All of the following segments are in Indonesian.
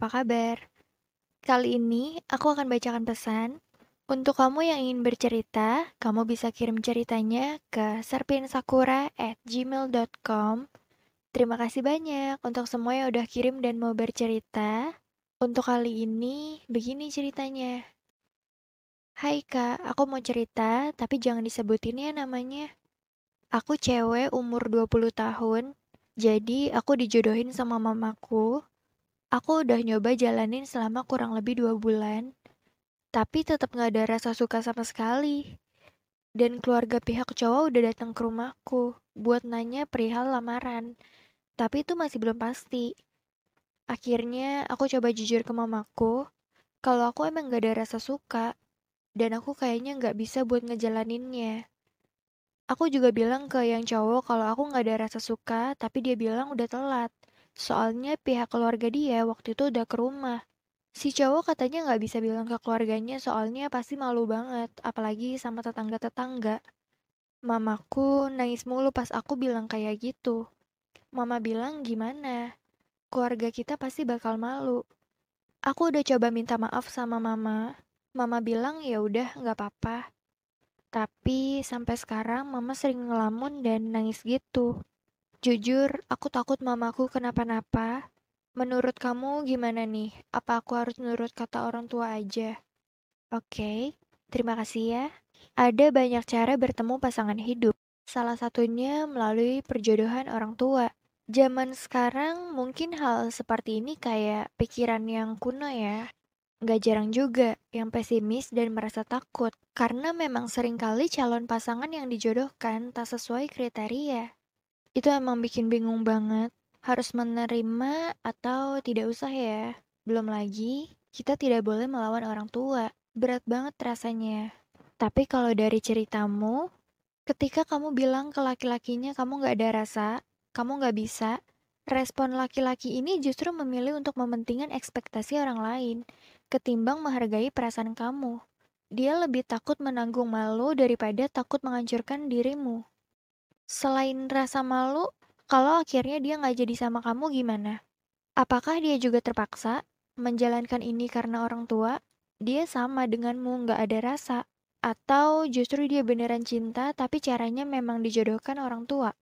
apa kabar? Kali ini aku akan bacakan pesan. Untuk kamu yang ingin bercerita, kamu bisa kirim ceritanya ke serpinsakura@gmail.com. Terima kasih banyak untuk semua yang udah kirim dan mau bercerita. Untuk kali ini, begini ceritanya. Hai Kak, aku mau cerita, tapi jangan disebutin ya namanya. Aku cewek umur 20 tahun, jadi aku dijodohin sama mamaku. Aku udah nyoba jalanin selama kurang lebih 2 bulan, tapi tetap gak ada rasa suka sama sekali. Dan keluarga pihak cowok udah datang ke rumahku buat nanya perihal lamaran, tapi itu masih belum pasti. Akhirnya aku coba jujur ke mamaku kalau aku emang gak ada rasa suka, dan aku kayaknya gak bisa buat ngejalaninnya. Aku juga bilang ke yang cowok kalau aku gak ada rasa suka, tapi dia bilang udah telat. Soalnya pihak keluarga dia waktu itu udah ke rumah. Si cowok katanya nggak bisa bilang ke keluarganya soalnya pasti malu banget, apalagi sama tetangga-tetangga. Mamaku nangis mulu pas aku bilang kayak gitu. Mama bilang gimana? Keluarga kita pasti bakal malu. Aku udah coba minta maaf sama mama. Mama bilang ya udah nggak apa-apa. Tapi sampai sekarang mama sering ngelamun dan nangis gitu. Jujur, aku takut mamaku kenapa-napa. Menurut kamu gimana nih? Apa aku harus nurut kata orang tua aja? Oke, terima kasih ya. Ada banyak cara bertemu pasangan hidup. Salah satunya melalui perjodohan orang tua. Zaman sekarang mungkin hal seperti ini kayak pikiran yang kuno ya. Nggak jarang juga yang pesimis dan merasa takut. Karena memang seringkali calon pasangan yang dijodohkan tak sesuai kriteria. Itu emang bikin bingung banget. Harus menerima atau tidak usah ya. Belum lagi, kita tidak boleh melawan orang tua. Berat banget rasanya. Tapi kalau dari ceritamu, ketika kamu bilang ke laki-lakinya kamu gak ada rasa, kamu gak bisa, respon laki-laki ini justru memilih untuk mementingkan ekspektasi orang lain, ketimbang menghargai perasaan kamu. Dia lebih takut menanggung malu daripada takut menghancurkan dirimu. Selain rasa malu, kalau akhirnya dia gak jadi sama kamu gimana? Apakah dia juga terpaksa menjalankan ini karena orang tua? Dia sama denganmu gak ada rasa? Atau justru dia beneran cinta tapi caranya memang dijodohkan orang tua?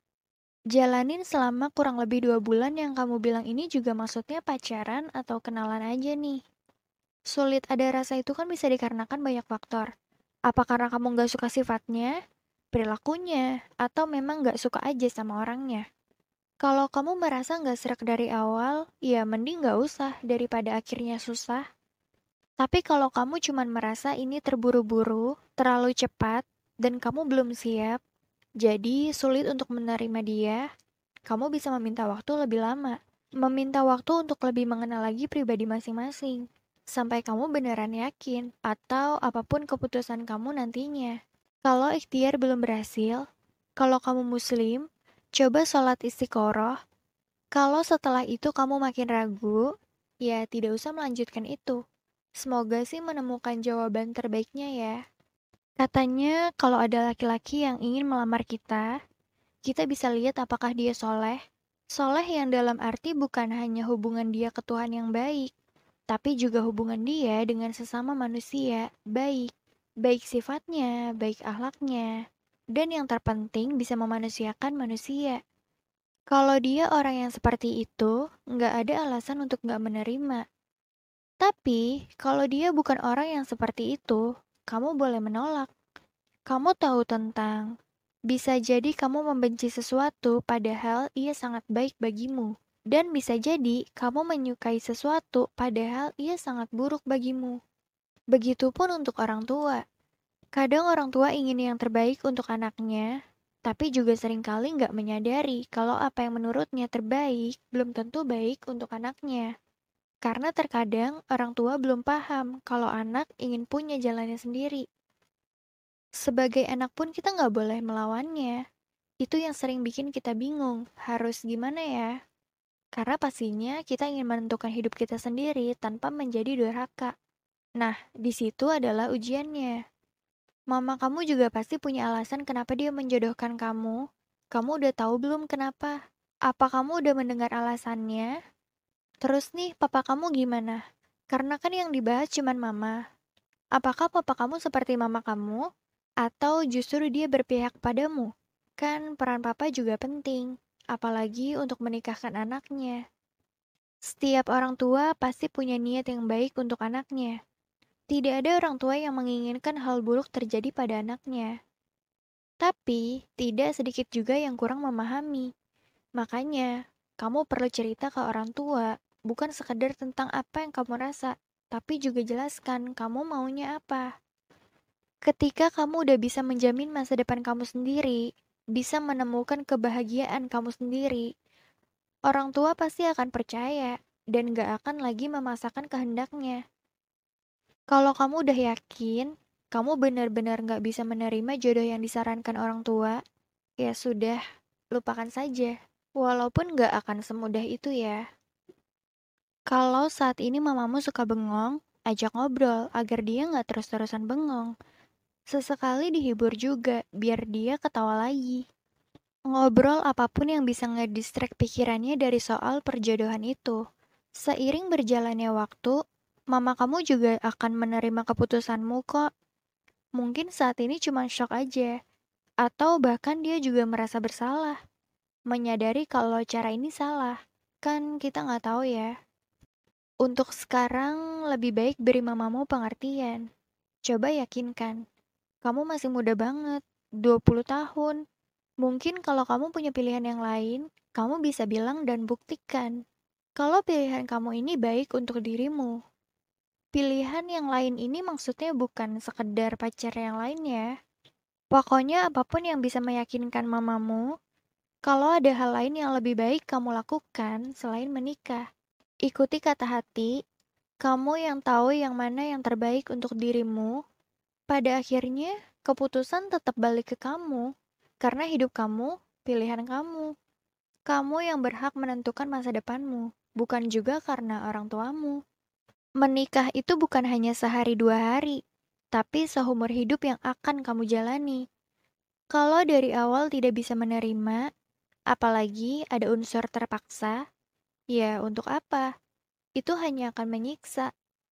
Jalanin selama kurang lebih 2 bulan yang kamu bilang ini juga maksudnya pacaran atau kenalan aja nih. Sulit ada rasa itu kan bisa dikarenakan banyak faktor. Apa karena kamu gak suka sifatnya, perilakunya, atau memang gak suka aja sama orangnya? Kalau kamu merasa gak serak dari awal, ya mending gak usah daripada akhirnya susah. Tapi kalau kamu cuman merasa ini terburu-buru, terlalu cepat, dan kamu belum siap, jadi sulit untuk menerima dia, kamu bisa meminta waktu lebih lama. Meminta waktu untuk lebih mengenal lagi pribadi masing-masing. Sampai kamu beneran yakin, atau apapun keputusan kamu nantinya. Kalau ikhtiar belum berhasil, kalau kamu muslim, coba sholat istiqoroh. Kalau setelah itu kamu makin ragu, ya tidak usah melanjutkan itu. Semoga sih menemukan jawaban terbaiknya ya. Katanya kalau ada laki-laki yang ingin melamar kita bisa lihat apakah dia soleh. Soleh yang dalam arti bukan hanya hubungan dia ke Tuhan yang baik, tapi juga hubungan dia dengan sesama manusia baik. Baik sifatnya, baik akhlaknya, dan yang terpenting bisa memanusiakan manusia. Kalau dia orang yang seperti itu, nggak ada alasan untuk nggak menerima. Tapi, kalau dia bukan orang yang seperti itu, kamu boleh menolak. Kamu tahu tentang, bisa jadi kamu membenci sesuatu padahal ia sangat baik bagimu. Dan bisa jadi kamu menyukai sesuatu padahal ia sangat buruk bagimu. Begitupun untuk orang tua. Kadang orang tua ingin yang terbaik untuk anaknya, tapi juga seringkali nggak menyadari kalau apa yang menurutnya terbaik belum tentu baik untuk anaknya. Karena terkadang orang tua belum paham kalau anak ingin punya jalannya sendiri. Sebagai anak pun kita nggak boleh melawannya. Itu yang sering bikin kita bingung, harus gimana ya? Karena pastinya kita ingin menentukan hidup kita sendiri tanpa menjadi durhaka. Nah, di situ adalah ujiannya. Mama kamu juga pasti punya alasan kenapa dia menjodohkan kamu. Kamu udah tahu belum kenapa? Apa kamu udah mendengar alasannya? Terus nih, papa kamu gimana? Karena kan yang dibahas cuman mama. Apakah papa kamu seperti mama kamu? Atau justru dia berpihak padamu? Kan peran papa juga penting, apalagi untuk menikahkan anaknya. Setiap orang tua pasti punya niat yang baik untuk anaknya. Tidak ada orang tua yang menginginkan hal buruk terjadi pada anaknya. Tapi, tidak sedikit juga yang kurang memahami. Makanya, kamu perlu cerita ke orang tua, bukan sekedar tentang apa yang kamu rasa, tapi juga jelaskan kamu maunya apa. Ketika kamu udah bisa menjamin masa depan kamu sendiri, bisa menemukan kebahagiaan kamu sendiri, orang tua pasti akan percaya dan gak akan lagi memaksakan kehendaknya. Kalau kamu udah yakin, kamu benar-benar gak bisa menerima jodoh yang disarankan orang tua, ya sudah, lupakan saja. Walaupun gak akan semudah itu ya. Kalau saat ini mamamu suka bengong, ajak ngobrol agar dia gak terus-terusan bengong. Sesekali dihibur juga, biar dia ketawa lagi. Ngobrol apapun yang bisa ngedistract pikirannya dari soal perjodohan itu. Seiring berjalannya waktu, mama kamu juga akan menerima keputusanmu kok. Mungkin saat ini cuma shock aja, atau bahkan dia juga merasa bersalah, menyadari kalau cara ini salah. Kan kita nggak tahu ya. Untuk sekarang, lebih baik beri mamamu pengertian. Coba yakinkan, kamu masih muda banget, 20 tahun. Mungkin kalau kamu punya pilihan yang lain, kamu bisa bilang dan buktikan. Kalau pilihan kamu ini baik untuk dirimu. Pilihan yang lain ini maksudnya bukan sekedar pacar yang lainnya. Pokoknya apapun yang bisa meyakinkan mamamu, kalau ada hal lain yang lebih baik kamu lakukan selain menikah. Ikuti kata hati, kamu yang tahu yang mana yang terbaik untuk dirimu. Pada akhirnya, keputusan tetap balik ke kamu. Karena hidup kamu, pilihan kamu. Kamu yang berhak menentukan masa depanmu, bukan juga karena orang tuamu. Menikah itu bukan hanya sehari dua hari, tapi seumur hidup yang akan kamu jalani. Kalau dari awal tidak bisa menerima, apalagi ada unsur terpaksa, ya untuk apa? Itu hanya akan menyiksa.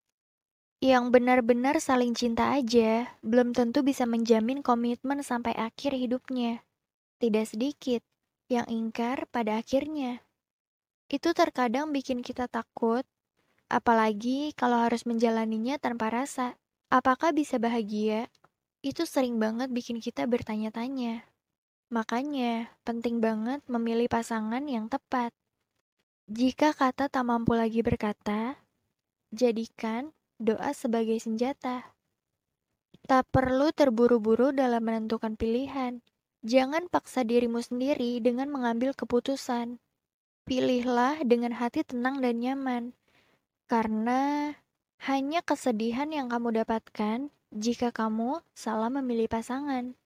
Yang benar-benar saling cinta aja, belum tentu bisa menjamin komitmen sampai akhir hidupnya. Tidak sedikit yang ingkar pada akhirnya. Itu terkadang bikin kita takut, apalagi kalau harus menjalaninya tanpa rasa. Apakah bisa bahagia? Itu sering banget bikin kita bertanya-tanya. Makanya, penting banget memilih pasangan yang tepat. Jika kata tak mampu lagi berkata, jadikan doa sebagai senjata. Tak perlu terburu-buru dalam menentukan pilihan. Jangan paksa dirimu sendiri dengan mengambil keputusan. Pilihlah dengan hati tenang dan nyaman, karena hanya kesedihan yang kamu dapatkan jika kamu salah memilih pasangan.